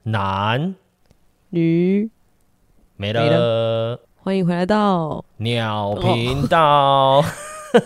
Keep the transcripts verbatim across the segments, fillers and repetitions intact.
男女没了， 没了欢迎回来到鸟频道。哦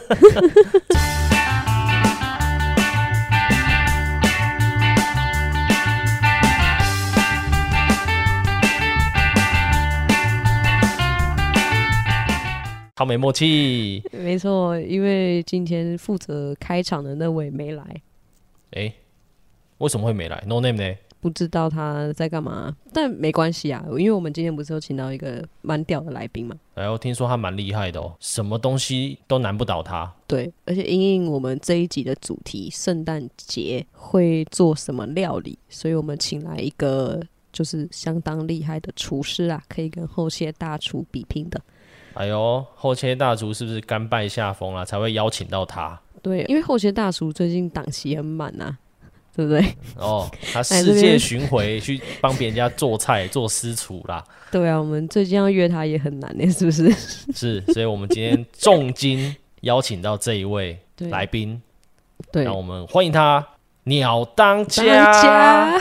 超没默契。 没错，因为今天负责开场的那位没来， 哎，为什么会没来 ？No name 呢？ 不知道他在干嘛，但没关系啊，因为我们今天不是有请到一个蛮屌的来宾嘛。 哎，我听说他蛮厉害的哦，什么东西都难不倒他。 对，而且因应我们这一集的主题，圣诞节会做什么料理，所以我们请来一个就是相当厉害的厨师啊，可以跟后街大厨比拼的。 哎呦，后切大厨是不是甘拜下风啊？才会邀请到他？ 对，因为后街大厨最近档期很满啊，对不对？ 哦，他世界巡回去帮别人家做菜、做私厨啦。 对啊，我们最近要约他也很难呢，是不是？ 是，所以我们今天重金邀请到这一位来宾， 对， 让我们欢迎他鸟当家。 当家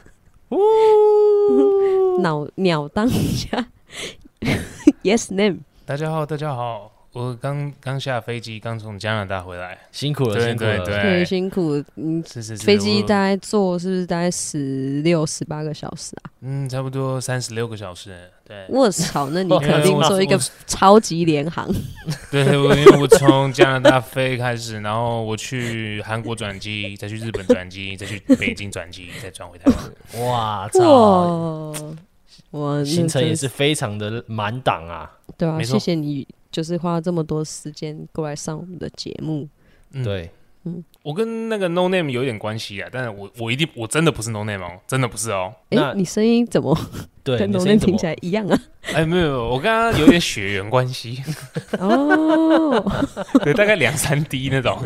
鸟鸟当家，Yes name。 大家好，大家好，我刚刚下飞机，刚从加拿大回来， 辛苦了，辛苦了， 对对对，辛苦。嗯， 是是是， 飞机大概坐是不是大概十六、十八个小时啊？ 嗯，差不多三十六个小时。对， 我操，那你肯定坐一个超级联航。 对，我因为我从加拿大飞开始，然后我去韩国转机，再去日本转机，再去北京转机，再转回台湾。 哇操！ 哇， 行程也是非常的满档啊。 对啊，谢谢你，就是花这么多时间过来上我们的节目。 嗯、 对， 嗯，我跟那个 No Name 有点关系啊，但是我我一定我真的不是 No Name 哦，真的不是哦。 哎、欸，你声音怎么对跟 No Name 听起来一样啊？ 哎、欸，没有，我跟他有点血缘关系。 哦， 对，大概两三滴那种。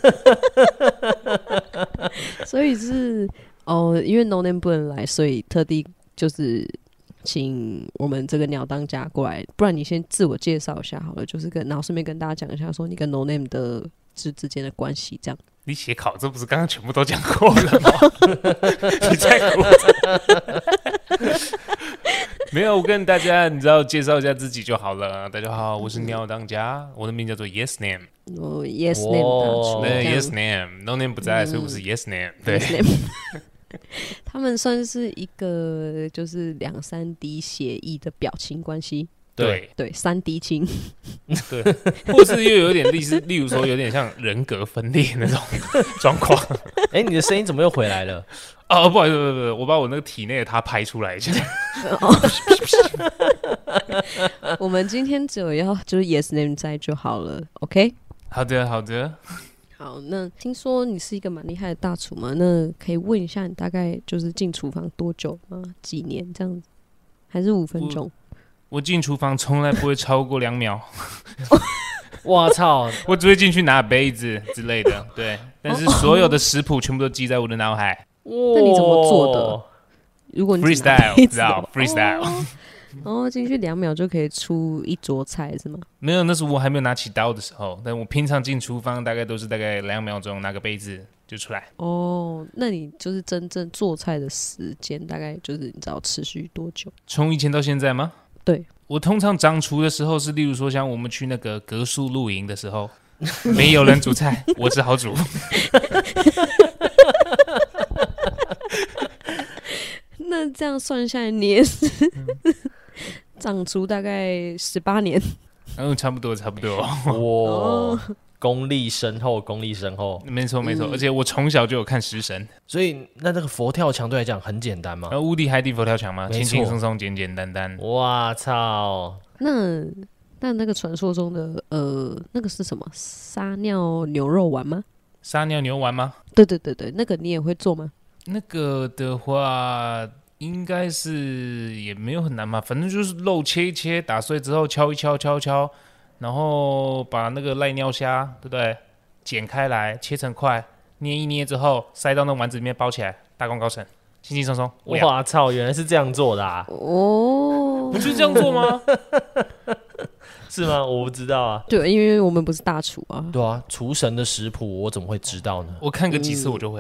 所以是哦，因为 No Name 不能来，所以特地就是请我们这个鸟当家过来，不然你先自我介绍一下好了，就是跟然后顺便跟大家讲一下，说你跟 No Name 的之之间的关系，这样。 你写考这不是刚刚全部都讲过了吗？你在鼓没有，我跟大家你知道介绍一下自己就好了。大家好，我是鸟当家，我的名叫做 Yes Name。 哦 ，Yes Name 大厨。 对 ，Yes Name，No Name 不在，嗯、所以我是 Yes Name。对。 Yes Name 他们算是一个就是两三滴血液的表情关系， 对对，三滴亲， 对，或是又有点例是，例如说有点像人格分裂那种状况。 哎、欸，你的声音怎么又回来了？ 哦，不好意思，不好意思，我把我那个体内的他拍出来一下。 我们今天只有要就是 Yes Name 在就好了 ，OK？ 好的，好的。 好，那听说你是一个蛮厉害的大厨嘛？那可以问一下，你大概就是进厨房多久吗？几年这样子，还是五分钟？ 我进厨房从来不会超过两秒。 我操！ 我只会进去拿杯子之类的，对。但是所有的食谱全部都记在我的脑海。 那你怎么做的？如果你 freestyle， 知道 freestyle。 然后进去两秒就可以出一桌菜是吗？ 没有，那是我还没有拿起刀的时候。但我平常进厨房大概都是大概两秒钟，拿个杯子就出来。 哦，那你就是真正做菜的时间大概就是你知道持续多久？ 从以前到现在吗？ 对， 我通常掌厨的时候是，例如说像我们去那个格数露营的时候，没有人煮菜，我只好煮。 那这样算下来，你也是掌厨大概十八年。 嗯，差不多，差不多。 哇、哦，功力深厚，功力深厚。 没错，没错、嗯。而且我从小就有看食神， 所以那这个佛跳墙对来讲很简单吗？ 呃，无敌海底佛跳墙吗？轻轻松松，简简单单。 哇操！ 那那那个传说中的呃，那个是什么？撒尿牛肉丸吗？ 撒尿牛丸吗？ 对对对对，那个你也会做吗？ 那个的话，应该是也没有很难嘛，反正就是肉切一切，打碎之后敲一敲，敲一敲，然后把那个赖尿虾，对不对？剪开来，切成块，捏一捏之后，塞到那丸子里面包起来，大功告成，轻轻松松。 哇操，原来是这样做的啊！ 哦， 不是这样做吗？ 是吗？我不知道啊。 对，因为我们不是大厨啊。 对啊，厨神的食谱我怎么会知道呢？ 我看个几次我就会了。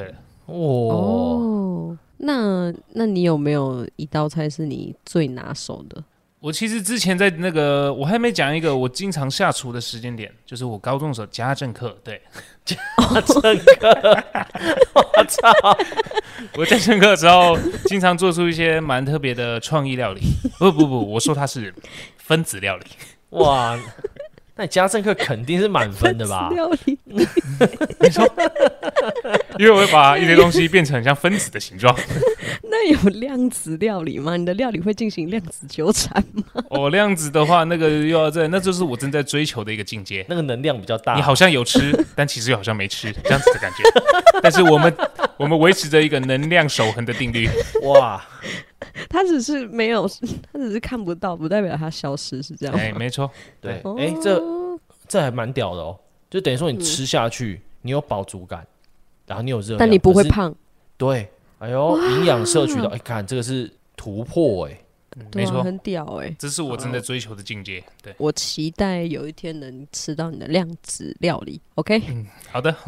哦，那那你有没有一道菜是你最拿手的？ 我其实之前在那个，我还没讲一个我经常下厨的时间点，就是我高中的时候家政课，对， 家政课，我操！ 我家政课的时候经常做出一些蛮特别的创意料理。不不不，我说它是分子料理。 哇，那你家政课肯定是满分的吧？ 料理， 没错，因为我会把一些东西变成很像分子的形状。 那有量子料理吗？你的料理会进行量子纠缠吗？ 哦，那样子的话，那个又要在，那就是我正在追求的一个境界。 那个能量比较大。 你好像有吃，但其实又好像没吃，这样子的感觉。但是我们我们维持着一个能量守恒的定律。 哇， 它只是没有，它只是看不到，不代表它消失，是这样吗？ 哎，没错， 对，哎、 哦这这还蛮屌的哦，就等于说你吃下去，你有饱足感，然后你有热量， 但你不会可是胖。 对，哎呦，营养摄取到，哎，看这个是突破哎， 对啊， 没错， 很屌哎、 这是我正在追求的境界。对， 我期待有一天能吃到你的量子料理。OK，、 嗯，好的，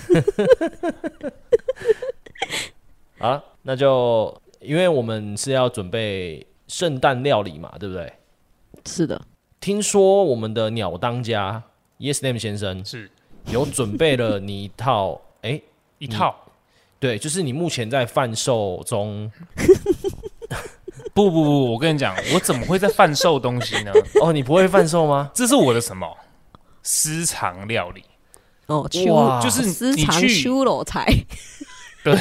好了，那就因为我们是要准备圣诞料理嘛，对不对？ 是的， 听说我们的鸟当家 Yes Name 先生是有准备了你一套，哎， 一套。 对，就是你目前在贩售中。 不不不，我跟你讲，我怎么会在贩售东西呢？ 哦，你不会贩售吗？ 这是我的什么私藏料理？ 哦， 哇就是私藏你去修罗菜， 对，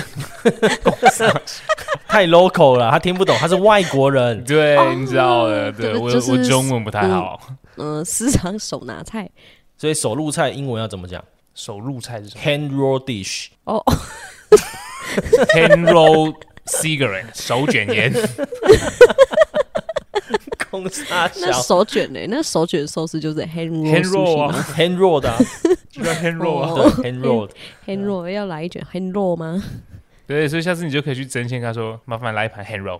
太 local 了，他听不懂，他是外国人。 对， 哦你知道的，对我、 就是我中文不太好。 嗯、呃，私藏手拿菜。 所以手入菜英文要怎么讲手入菜是什么 ？Hand roll dish。 哦， ？Hand roll cigarette 手卷烟。 空沙那小手卷呢？那手卷寿司就是 hand roll Hand roll 啊 sushi 吗 hand roll 的、啊， 就叫 hand roll 啊。 哦对 hand roll。 hand roll 要来一卷 hand roll 吗？ 对，所以下次你就可以去针线跟他说，麻烦来一盘 hand roll。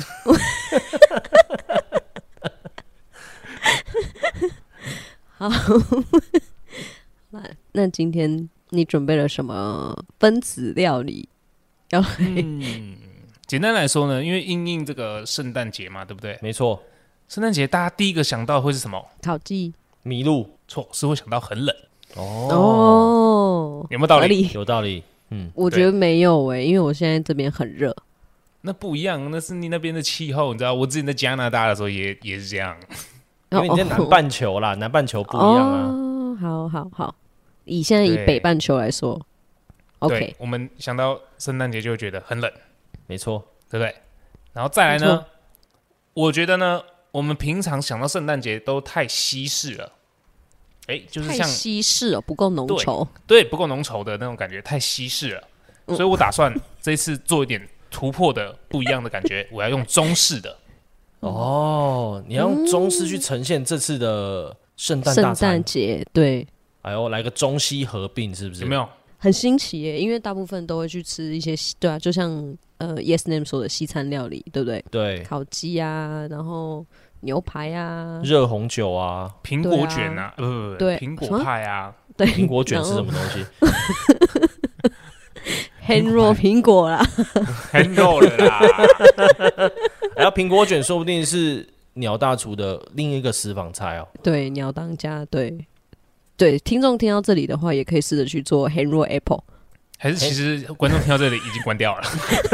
好，那那今天你准备了什么分子料理？要来、 嗯，简单来说呢，因为因应这个圣诞节嘛，对不对？ 没错， 圣诞节大家第一个想到会是什么？ 烤鸡麋鹿错，是会想到很冷， 哦， 哦， 有没有道理？ 合理？ 有道理。嗯， 我觉得没有诶、因为我现在这边很热。 那不一样，那是你那边的气候，你知道？我之前在加拿大的时候也也是这样。 因为你在南半球啦，南半球不一样啊。 哦，好好好，以现在以对北半球来说对 ，OK， 我们想到圣诞节就会觉得很冷， 没错， 对不对？然后再来没呢，我觉得呢，我们平常想到圣诞节都太西式了，哎，就是太像西式了，不够浓稠。 对不够浓稠的那种感觉，太西式了。 嗯所以我打算这一次做一点突破的不一样的感觉，我要用中式的。 哦，你要用中式去呈现这次的圣诞大圣餐诞，节对， 哎呦，来个中西合并，是不是？ 有没有？ 很新奇耶，因为大部分都会去吃一些西对啊，就像呃 Yes Name 说的西餐料理，对不对？ 对， 烤鸡啊，然后牛排啊， 热红酒啊， 苹果卷啊，呃，不不不对苹果派啊， 对， 苹果卷是什么东西？ hand roll 苹果啦， 很肉了啦。 然后苹果卷说不定是鸟大厨的另一个私房菜哦。 对，鸟当家，对对，听众听到这里的话，也可以试着去做 hand roll apple。 还是其实观众听到这里已经关掉了。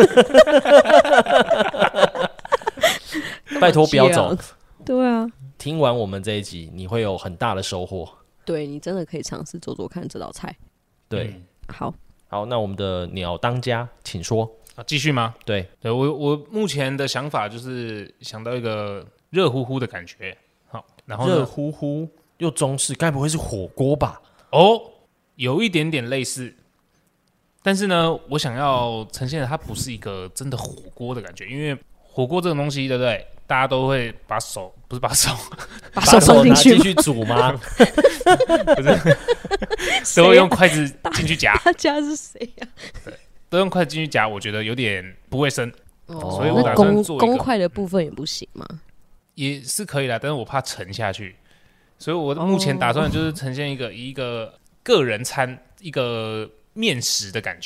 拜托不要走， 对啊， 听完我们这一集，你会有很大的收获。 对你真的可以尝试做做看这道菜。 对， 嗯好， 好，那我们的鸟当家，请说。 啊，继续吗？ 对， 对我我目前的想法就是想到一个热乎乎的感觉，好，然后热呢， 乎乎又中式，该不会是火锅吧？ 哦，有一点点类似，但是呢，我想要呈现的它不是一个真的火锅的感觉，因为火锅这种东西，对不对？大家都会把手不是把手， 把手放进去吗， 拿继续煮吗？ 不是，都会用筷子进去夹， 大家是谁呀、 都用筷子进去夹，我觉得有点不卫生， 哦所以我打那公算做一个公筷的部分也不行吗？ 也是可以啦，但是我怕沉下去，所以我目前打算就是呈现一个、一个个人餐一个面食的感觉。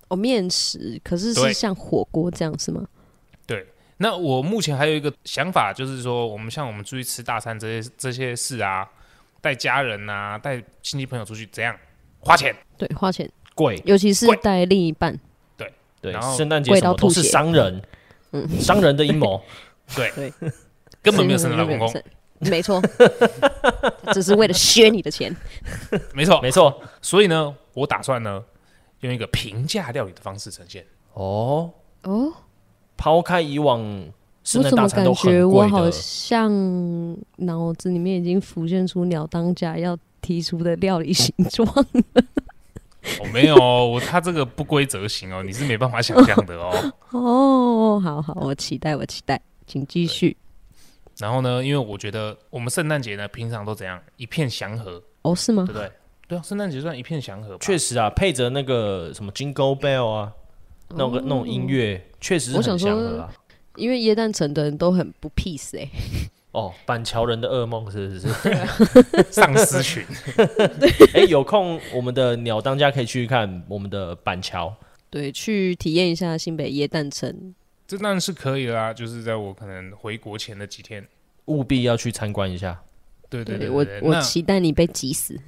哦，面食，可是对是像火锅这样是吗？ 对，那我目前还有一个想法，就是说，我们像我们出去吃大餐这些这些事啊，带家人啊，带亲戚朋友出去，怎样花钱？ 对，花钱， 贵， 尤其是贵带另一半， 对然，后圣诞节贵什么都是到吐血商人， 嗯， 商人的阴谋。 对， 对， 根本没有圣诞老公公， 是，没错，只是为了削你的钱。 没错， 没错。 所以呢，我打算呢，用一个平价料理的方式呈现。 哦， 哦， 抛开以往圣诞我怎么大餐都感觉我好很贵的， 像脑子里面已经浮现出鸟当家要提出的料理形状？ 我、哦、没有，我它这个不规则型哦，你是没办法想象的哦。 哦，好好，我期待，我期待，请继续。 然后呢，因为我觉得我们圣诞节呢，平常都怎样，一片祥和， 哦，是吗对？不对？对啊，圣诞节算一片祥和吧。 确实啊，配着那个什么 Jingle Bell 啊，那种、那种音乐，确实是很我想说祥和啊。 因为耶诞城的人都很不 peace 哎、 哦，板桥人的噩梦是不是？ 丧尸群， 哎、有空我们的鸟当家可以去看我们的板桥。 对，去体验一下新北耶诞城。 这当然是可以啦。就是在我可能回国前的几天， 务必要去参观一下。 对对对我对对那我期待你被挤死。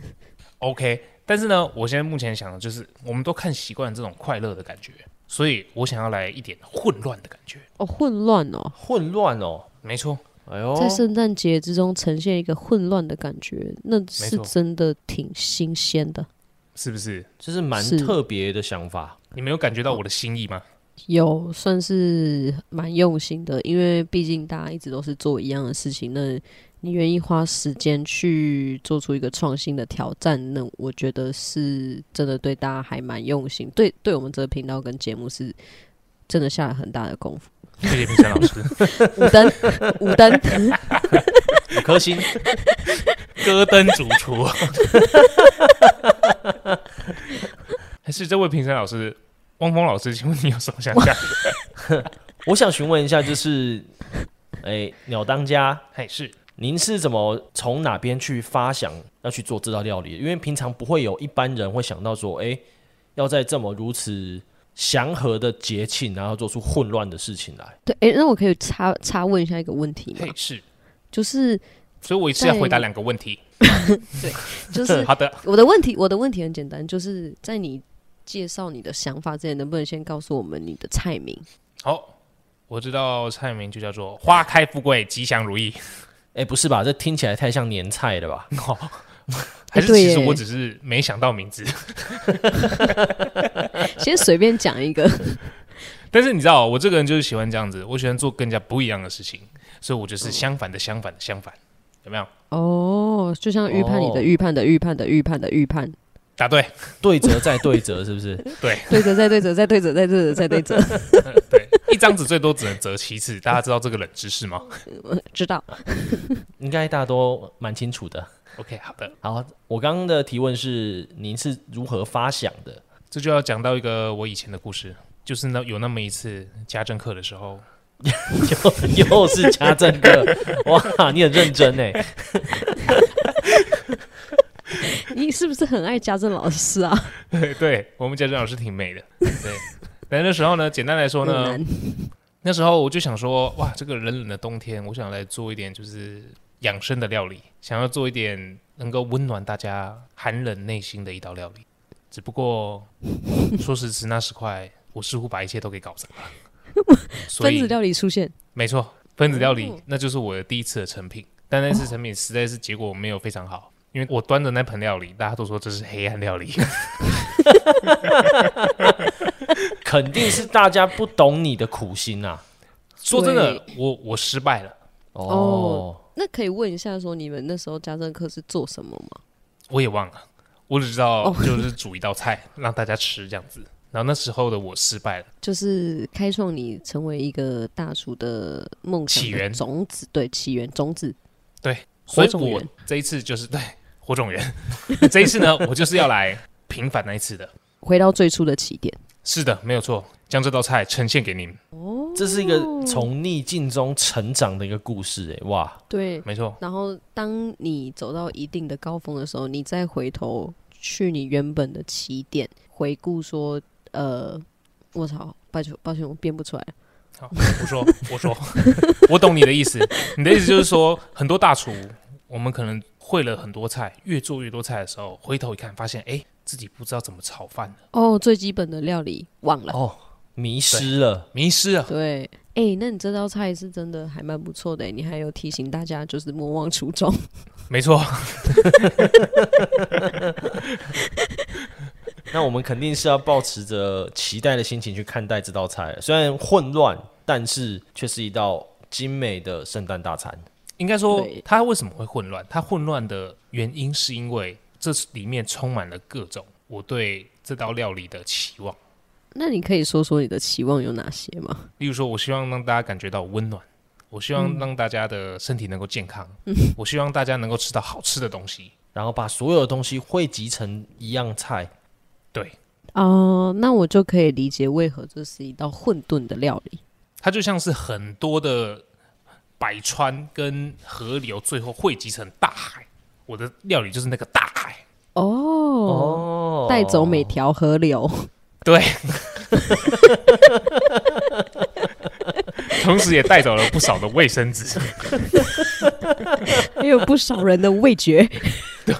OK，但是呢，我现在目前想的就是，我们都看习惯这种快乐的感觉，所以我想要来一点混乱的感觉。 哦，混乱哦， 混乱哦， 没错， 哎呦， 在圣诞节之中呈现一个混乱的感觉，那是没错真的挺新鲜的。 是不是？ 这是蛮是特别的想法。 你没有感觉到我的心意吗？ 有算是蛮用心的，因为毕竟大家一直都是做一样的事情，那你愿意花时间去做出一个创新的挑战，那我觉得是真的对大家还蛮用心，对对我们这个频道跟节目是真的下了很大的功夫。 谢谢平山老师， 五灯，五灯， 五颗星， 戈登主厨，还是这位评审老师汪峰老师，请问你有什么想讲的？ 我想询问一下，就是，哎、鸟当家， 还是您是怎么从哪边去发想要去做这道料理的？因为平常不会有一般人会想到说，哎、要在这么如此祥和的节庆，然后做出混乱的事情来。 对，哎、那我可以插插问一下一个问题吗嘿？是， 就是所以我一次要回答两个问题。 就是好的， 我的问题，我的问题很简单，就是在你介绍你的想法之前，能不能先告诉我们你的菜名？ 好，我知道菜名就叫做“花开富贵，吉祥如意哎、不是吧？这听起来太像年菜了吧？”。 哦，还是对耶其实我只是没想到名字。 先随便讲一个。 但是你知道，我这个人就是喜欢这样子，我喜欢做更加不一样的事情，所以我就是相反的相反的相反，有没有？ 哦，就像预判你的预判的预判的预判的预判， 答对， 对折再对折，是不是？ 对对折再对折再对折再对折再对折， 对，一张纸最多只能折七次，大家知道这个冷知识吗知道。 应该大家都蛮清楚的。 ？OK， 好的， 好，我刚刚的提问是您是如何发想的？ 这就要讲到一个我以前的故事，就是呢有那么一次家政课的时候， 又又是家政课，哇，你很认真哎。 你是不是很爱家政老师啊？ 对对，我们家政老师挺美的，对。但那时候呢，简单来说呢， 很难那时候我就想说，哇，这个冷冷的冬天，我想来做一点就是养生的料理，想要做一点能够温暖大家寒冷内心的一道料理。只不过说时迟那时快，我似乎把一切都给搞砸了。所以分子料理出现， 没错，分子料理、 哦那就是我的第一次的成品，但那次成品实在是结果没有非常好，因为我端的那盆料理，大家都说这是黑暗料理。 肯定是大家不懂你的苦心啊。 说真的，我我失败了， 哦， 哦那可以问一下，说你们那时候家政课是做什么吗？ 我也忘了，我只知道哦就是煮一道菜、让大家吃这样子。然后那时候的我失败了， 就是开创你成为一个大厨的梦想的起源种子，对，起源种子。 对，所以我火种源这一次就是对火种源，这一次呢，我就是要来平反那一次的。 回到最初的起点。 是的，没有错，将这道菜呈现给您， 哦， 这是一个从逆境中成长的一个故事哎，哇， 对。 没错， 然后当你走到一定的高峰的时候，你再回头去你原本的起点，回顾说，呃， 我操，抱歉抱歉，我编不出来。 好，我说我说，我懂你的意思。你的意思就是说，很多大厨，我们可能会了很多菜，越做越多菜的时候，回头一看，发现哎，自己不知道怎么炒饭了。 哦，最基本的料理忘了。 哦，迷失了， 迷失了。 对，哎、欸，那你这道菜是真的还蛮不错的，你还有提醒大家就是莫忘初衷。 没错。 那我们肯定是要抱持着期待的心情去看待这道菜，虽然混乱，但是却是一道精美的圣诞大餐。 应该说，它为什么会混乱？它混乱的原因是因为这里面充满了各种我对这道料理的期望。 那你可以说说你的期望有哪些吗？ 例如说，我希望让大家感觉到温暖，我希望让大家的身体能够健康，嗯、我希望大家能够吃到好吃的东西， 然后把所有的东西汇集成一样菜。 对， 哦、呃，那我就可以理解为何这是一道混沌的料理。 它就像是很多的百川跟河流最后汇集成大海，我的料理就是那个大海。 哦哦，带走每条河流。 对。同时也带走了不少的卫生纸， 也有不少人的味觉。 对。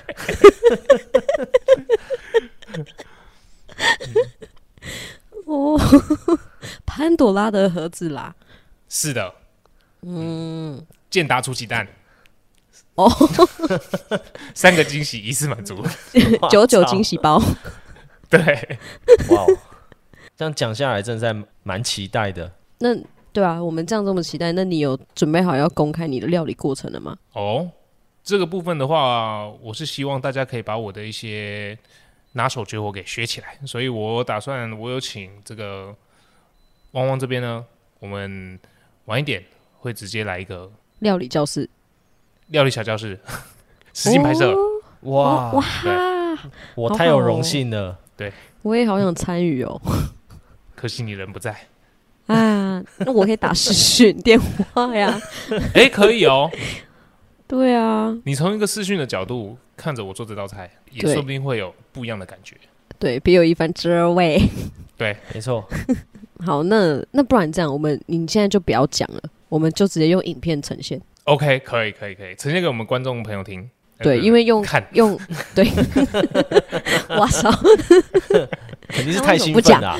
哦，潘朵拉的盒子啦。 是的。 嗯， 健达出奇蛋。 哦， 三个惊喜一次满足。 九九惊喜包。 对。 哇，这样讲下来，真的在蛮期待的。 那对啊，我们这样这么期待，那你有准备好要公开你的料理过程了吗？ 哦，这个部分的话，我是希望大家可以把我的一些拿手绝活给学起来，所以我打算我有请这个汪汪这边呢，我们晚一点会直接来一个料理教室、 料理小教室实境拍摄。 哦、 哇哇， 我太有荣幸了。 好好对， 我也好想参与哦。 可惜你人不在啊，那我可以打视讯电话呀。 哎、欸，可以哦。 对啊， 你从一个视讯的角度看着我做这道菜，也说不定会有不一样的感觉。 对，别有一番滋味。 对， 没错。 好，那那不然这样，我们你现在就不要讲了，我们就直接用影片呈现。 OK， 可以，可以，可以呈现给我们观众朋友听。 对，因为用看用对，哇操， 肯定是太兴奋了、啊。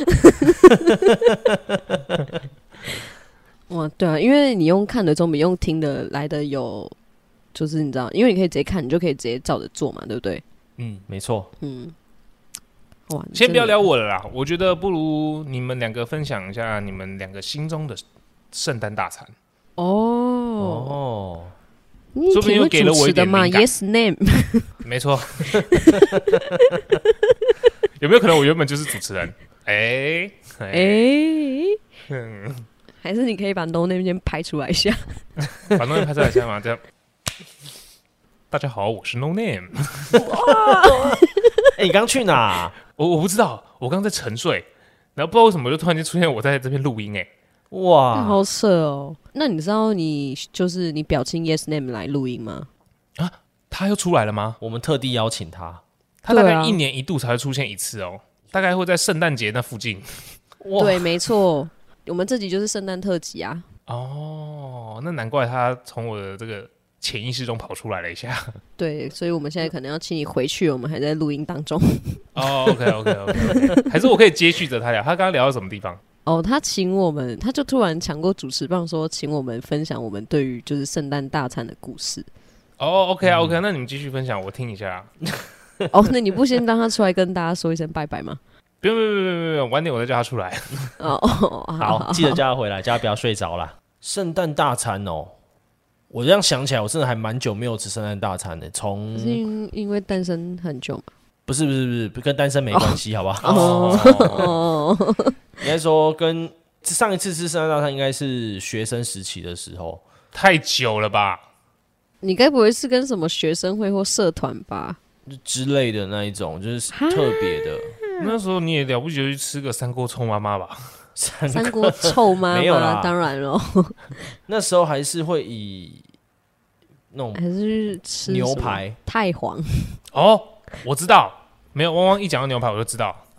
哇，对啊，因为你用看的总比用听的来的有，就是你知道，因为你可以直接看，你就可以直接照着做嘛，对不对？ 嗯，没错。 嗯，哇， 先不要聊我了啦，我觉得不如你们两个分享一下你们两个心中的圣诞大餐。 哦哦。 你说不定又给了我一点灵感。 Yes name 没错。有没有可能我原本就是主持人？哎哎、欸欸、还是你可以把 No Name 先拍出来一下。 把 No Name 拍出来一下吗？这样。大家好，我是 No Name。 哇！哎、欸，你刚去哪？ 我我不知道，我刚在沉睡，然后不知道为什么就突然间出现我在这边录音、欸，哎。 哇， 好扯哦！那你知道你就是你表亲 Yes Name 来录音吗？ 啊，他又出来了吗？ 我们特地邀请他， 他大概一年一度才会出现一次哦，大概会在圣诞节那附近。 对，没错，我们这集就是圣诞特辑啊。 哦，那难怪他从我的这个潜意识中跑出来了一下。 对，所以我们现在可能要请你回去，我们还在录音当中。 哦 ，OK OK OK， 还是我可以接续着他聊，他刚刚聊到什么地方？ 哦，他请我们，他就突然抢过主持棒，说请我们分享我们对于就是圣诞大餐的故事。 哦 ，OK 啊 ，OK，、嗯、那你们继续分享，我听一下。 哦，那你不先让他出来跟大家说一声拜拜吗？ 不用不用不用不用，晚点我再叫他出来。 哦哦，好， 好，好，记得叫他回来，叫他不要睡着啦。圣诞大餐哦，我这样想起来，我真的还蛮久没有吃圣诞大餐的。从是因为单身很久嘛？ 不是不是不是，跟单身没关系，哦、好不好？ 哦。哦应该说，跟上一次吃圣诞大餐应该是学生时期的时候， 太久了吧？ 你该不会是跟什么学生会或社团吧？ 之类的那一种，就是特别的。 那时候你也了不起，就去吃个三锅臭妈妈吧？ 三, 三锅臭妈妈没有啦， 当然了。 那时候还是会以那种还是吃牛排太黄。 哦，我知道，没有汪汪一讲到牛排我就知道。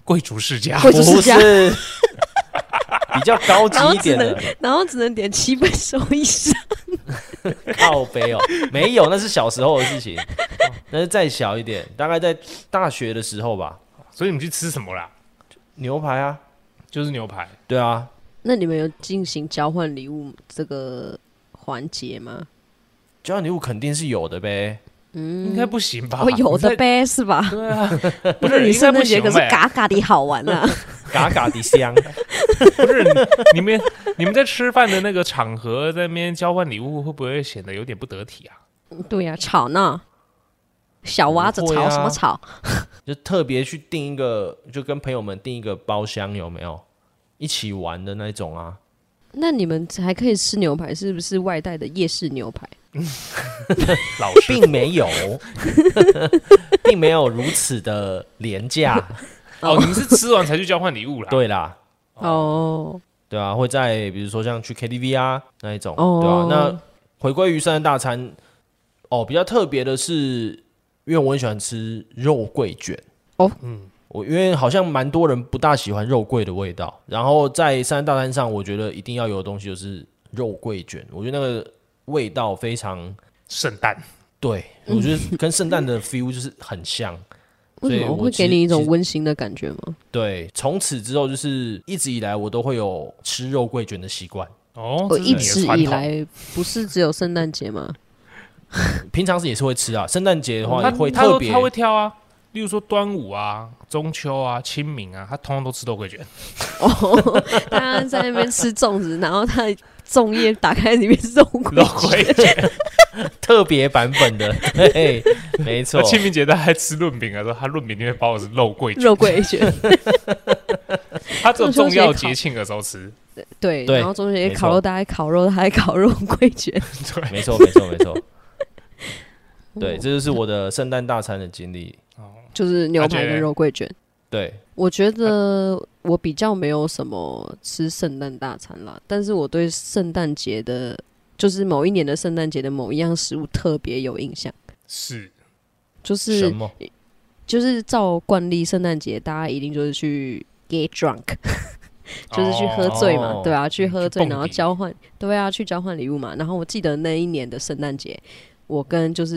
贵族世家， 贵族世家不是比较高级一点的， 然后只能点七分熟以上。 靠背哦，没有，那是小时候的事情，那是再小一点，大概在大学的时候吧。 所以你们去吃什么啦？ 牛排啊， 就是牛排。 对啊， 那你们有进行交换礼物这个环节吗？ 交换礼物肯定是有的呗。 应该不行吧？ 我有的呗，是吧？ 对啊， 不是你圣诞节可是应该不行呗嘎嘎的好玩啊！ 嘎嘎的香， 不是你们你们在吃饭的那个场合在那边交换礼物，会不会显得有点不得体啊？ 对呀、啊，吵闹，小娃子吵、 不会啊什么吵？ 就特别去订一个，就跟朋友们订一个包厢，有没有？一起玩的那种啊。 那你们还可以吃牛排，是不是外带的夜市牛排？ 老师并没有，并没有如此的廉价。 哦，你们是吃完才去交换礼物啦？ 对啦， 哦， 对啊，会在比如说像去 K T V 啊那一种， 哦对啊。那回归于圣诞大餐，哦，比较特别的是，因为我很喜欢吃肉桂卷。 哦， 嗯， 我因为好像蛮多人不大喜欢肉桂的味道，然后在圣诞大餐上，我觉得一定要有的东西就是肉桂卷，我觉得那个味道非常圣诞。 对，我觉得跟圣诞的 feel 就是很像。 为什么所以我会给你一种其实温馨的感觉吗？ 对，从此之后就是一直以来我都会有吃肉桂卷的习惯， 哦， 我这是你的一直传统以来不是只有圣诞节吗？ 平常时也是会吃啊。圣诞节的话他也会他都特别， 他会挑啊，例如说端午啊、中秋啊、清明啊，他通通都吃肉桂卷。 哦，大家在那边吃粽子，然后他的粽叶打开里面是肉桂肉桂卷， 特别版本的，对，没错。 清明节大家吃润饼的时候，他润饼里面包的是肉桂卷， 肉桂卷， 他只有重要节庆的时候吃。 对， 对然后中秋节没错烤肉，大家烤肉，他还烤肉桂卷。 对， 没错，没错，没错。对，这就是我的圣诞大餐的经历。 就是牛排跟肉桂卷。 对， 我觉得我比较没有什么吃圣诞大餐啦，但是我对圣诞节的，就是某一年的圣诞节的某一样食物特别有印象， 是就是什么？ 就是照惯例，圣诞节大家一定就是去 get drunk，就是去喝醉嘛， 哦对啊，去喝醉，然后去蹦迪交换，对啊，去交换礼物嘛。然后我记得那一年的圣诞节，我跟就是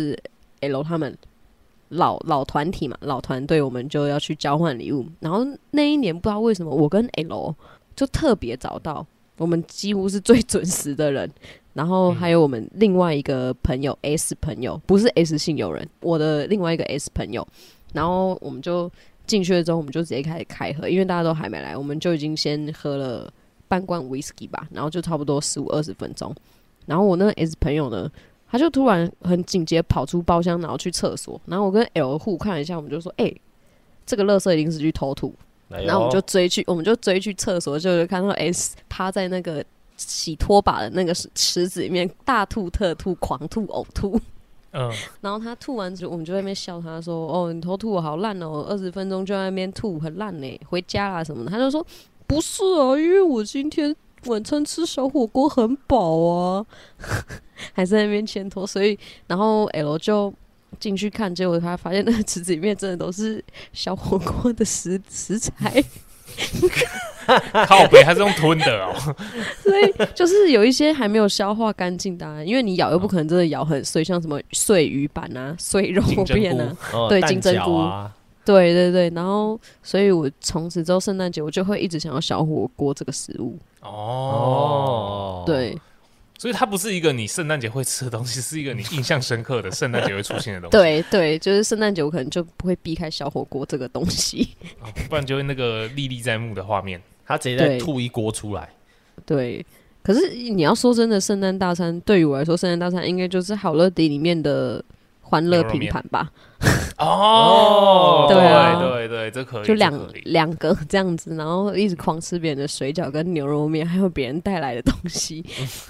L 他们老老团体嘛，老团队，我们就要去交换礼物。然后那一年不知道为什么，我跟 L 就特别早到，我们几乎是最准时的人。然后还有我们另外一个朋友 S 朋友，不是 S 姓友人，我的另外一个 S 朋友。然后我们就进去了之后，我们就直接开始开喝，因为大家都还没来，我们就已经先喝了半罐 whisky 吧，然后就差不多十五二十分钟。然后我那个 S 朋友呢，他就突然很紧急跑出包厢，然后去厕所。然后我跟 L 互看了一下，我们就说：“哎、欸，这个垃圾一定是去偷吐。”然后我们就追去，我们就追去厕所，就看到 S 趴在那个洗拖把的那个池子里面大吐特吐、狂吐呕吐。 嗯， 然后他吐完之后，我们就在那边笑他说：“哦，你头吐好烂哦，二十分钟就在那边吐，很烂呢，回家啦什么的。”他就说：“不是啊，因为我今天晚餐吃小火锅很饱啊。”还在那边牵拖，所以然后 L 就进去看，结果他发现那个池子里面真的都是小火锅的食食材。 靠北还是用吞的哦， 所以就是有一些还没有消化干净的、啊，因为你咬又不可能真的咬很碎，像什么碎鱼板啊、碎肉片啊，对，金针菇， 啊、 对对对。然后，所以我从此之后圣诞节我就会一直想要小火锅这个食物。 哦， 对。 所以它不是一个你圣诞节会吃的东西，是一个你印象深刻的圣诞节会出现的东西。 对对，就是圣诞节我可能就不会避开小火锅这个东西， 哦、不然就会那个历历在目的画面。 他直接再吐一锅出来。 对，可是你要说真的，圣诞大餐对于我来说，圣诞大餐应该就是好乐迪里面的欢乐拼盘吧。 哦， 对啊， 对对，这可以， 就两这可以两个这样子，然后一直狂吃别人的水饺跟牛肉面，还有别人带来的东西，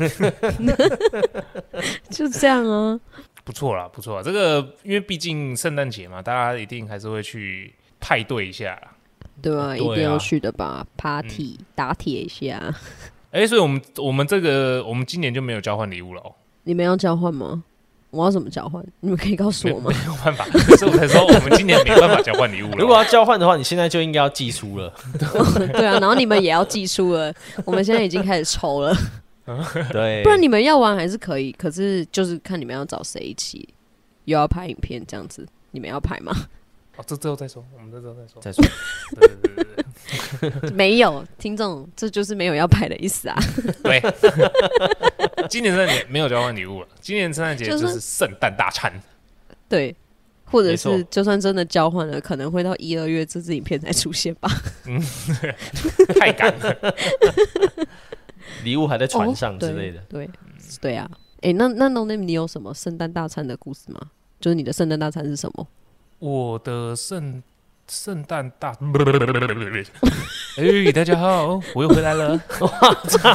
就这样啊。 不错啦，不错啦。这个因为毕竟圣诞节嘛，大家一定还是会去派对一下啦。 对啊， 对啊一定要去的吧 ，party、嗯、打铁一下。 哎、欸，所以我们我们这个我们今年就没有交换礼物了哦。 你们要交换吗？ 我要怎么交换？你们可以告诉我吗？ 没有办法，所以我才说我们今年没办法交换礼物了。 如果要交换的话，你现在就应该要寄出了。 对啊，然后你们也要寄出了，我们现在已经开始抽了。 对， 不然你们要玩还是可以，可是就是看你们要找谁一起，又要拍影片这样子，你们要拍吗？ 哦，这之后再说，我们这之后再说。 再说， 对对对对对没有，听众，这就是没有要拍的意思啊。 对，今年圣诞节没有交换礼物了，今年圣诞节就是圣诞大餐。 对，或者没是就算真的交换了，可能会到一二月这支影片才出现吧。 嗯，太赶了。 礼物还在船上之类的。 哦、对对, 对啊，哎、欸，那那 No Name 你有什么圣诞大餐的故事吗？就是你的圣诞大餐是什么？ 我的圣圣诞大，哎，大家好，我又回来了。我操！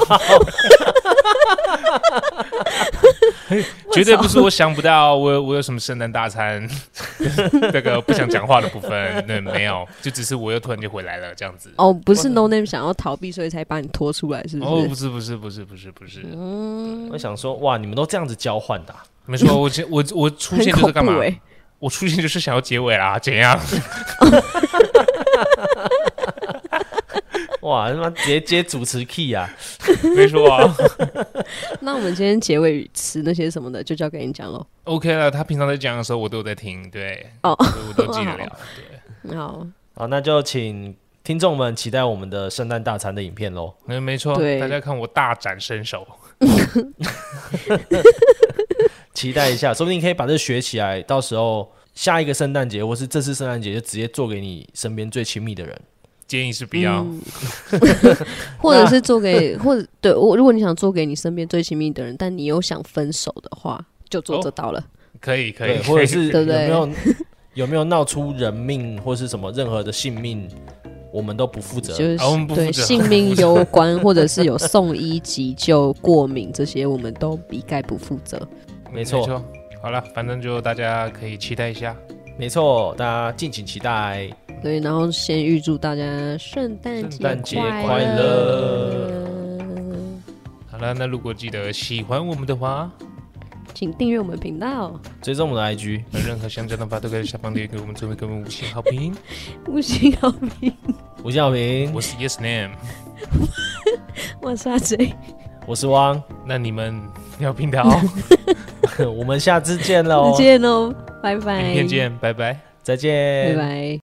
绝对不是我想不到，我有我有什么圣诞大餐，那个不想讲话的部分，那没有，就只是我又突然就回来了这样子。 哦，不是 No Name 想要逃避，所以才把你拖出来，是不是？ 哦，不是不是不是不是不是。 嗯， 我想说，哇，你们都这样子交换的、啊？ 没错，我我我出现就是干嘛？ 欸、 我出现就是想要结尾啦，怎样？ 哇，他妈直接接主持 key 啊！ 没错啊。 那我们今天结尾语词那些什么的，就交给你讲喽。 OK 了，他平常在讲的时候，我都有在听，对， 哦， 我都记得了。 对，好， 好，那就请听众们期待我们的圣诞大餐的影片喽。 嗯，没错，大家看我大展身手。 期待一下，说不定可以把这学起来，到时候下一个圣诞节或是这次圣诞节就直接做给你身边最亲密的人。 建议是不要， 嗯、或者是做给或者对我，如果你想做给你身边最亲密的人，但你又想分手的话，就做这道了。哦、 可以可以， 或者是有没有对有没有闹出人命或是什么任何的性命，我们都不负责。 就是、 啊、我们不负责对性命攸关，或者是有送医急救、过敏这些，我们都一概不负责。 没错， 好了，反正就大家可以期待一下。 没错，大家敬请期待。 对，然后先预祝大家圣诞节快乐。 好了，那如果记得喜欢我们的话， 请订阅我们频道， 追踪我们的 I G。 有任何想讲的话，都可以在下方留言给我们，最后给我们五星好评。 五星好评， 五星好评。 我是 Yes Name， 我是阿 J， 我是汪。 那你们要频道， 我们下次见喽！ 再见喽，拜拜。 明天见，拜拜， 再见， 拜拜。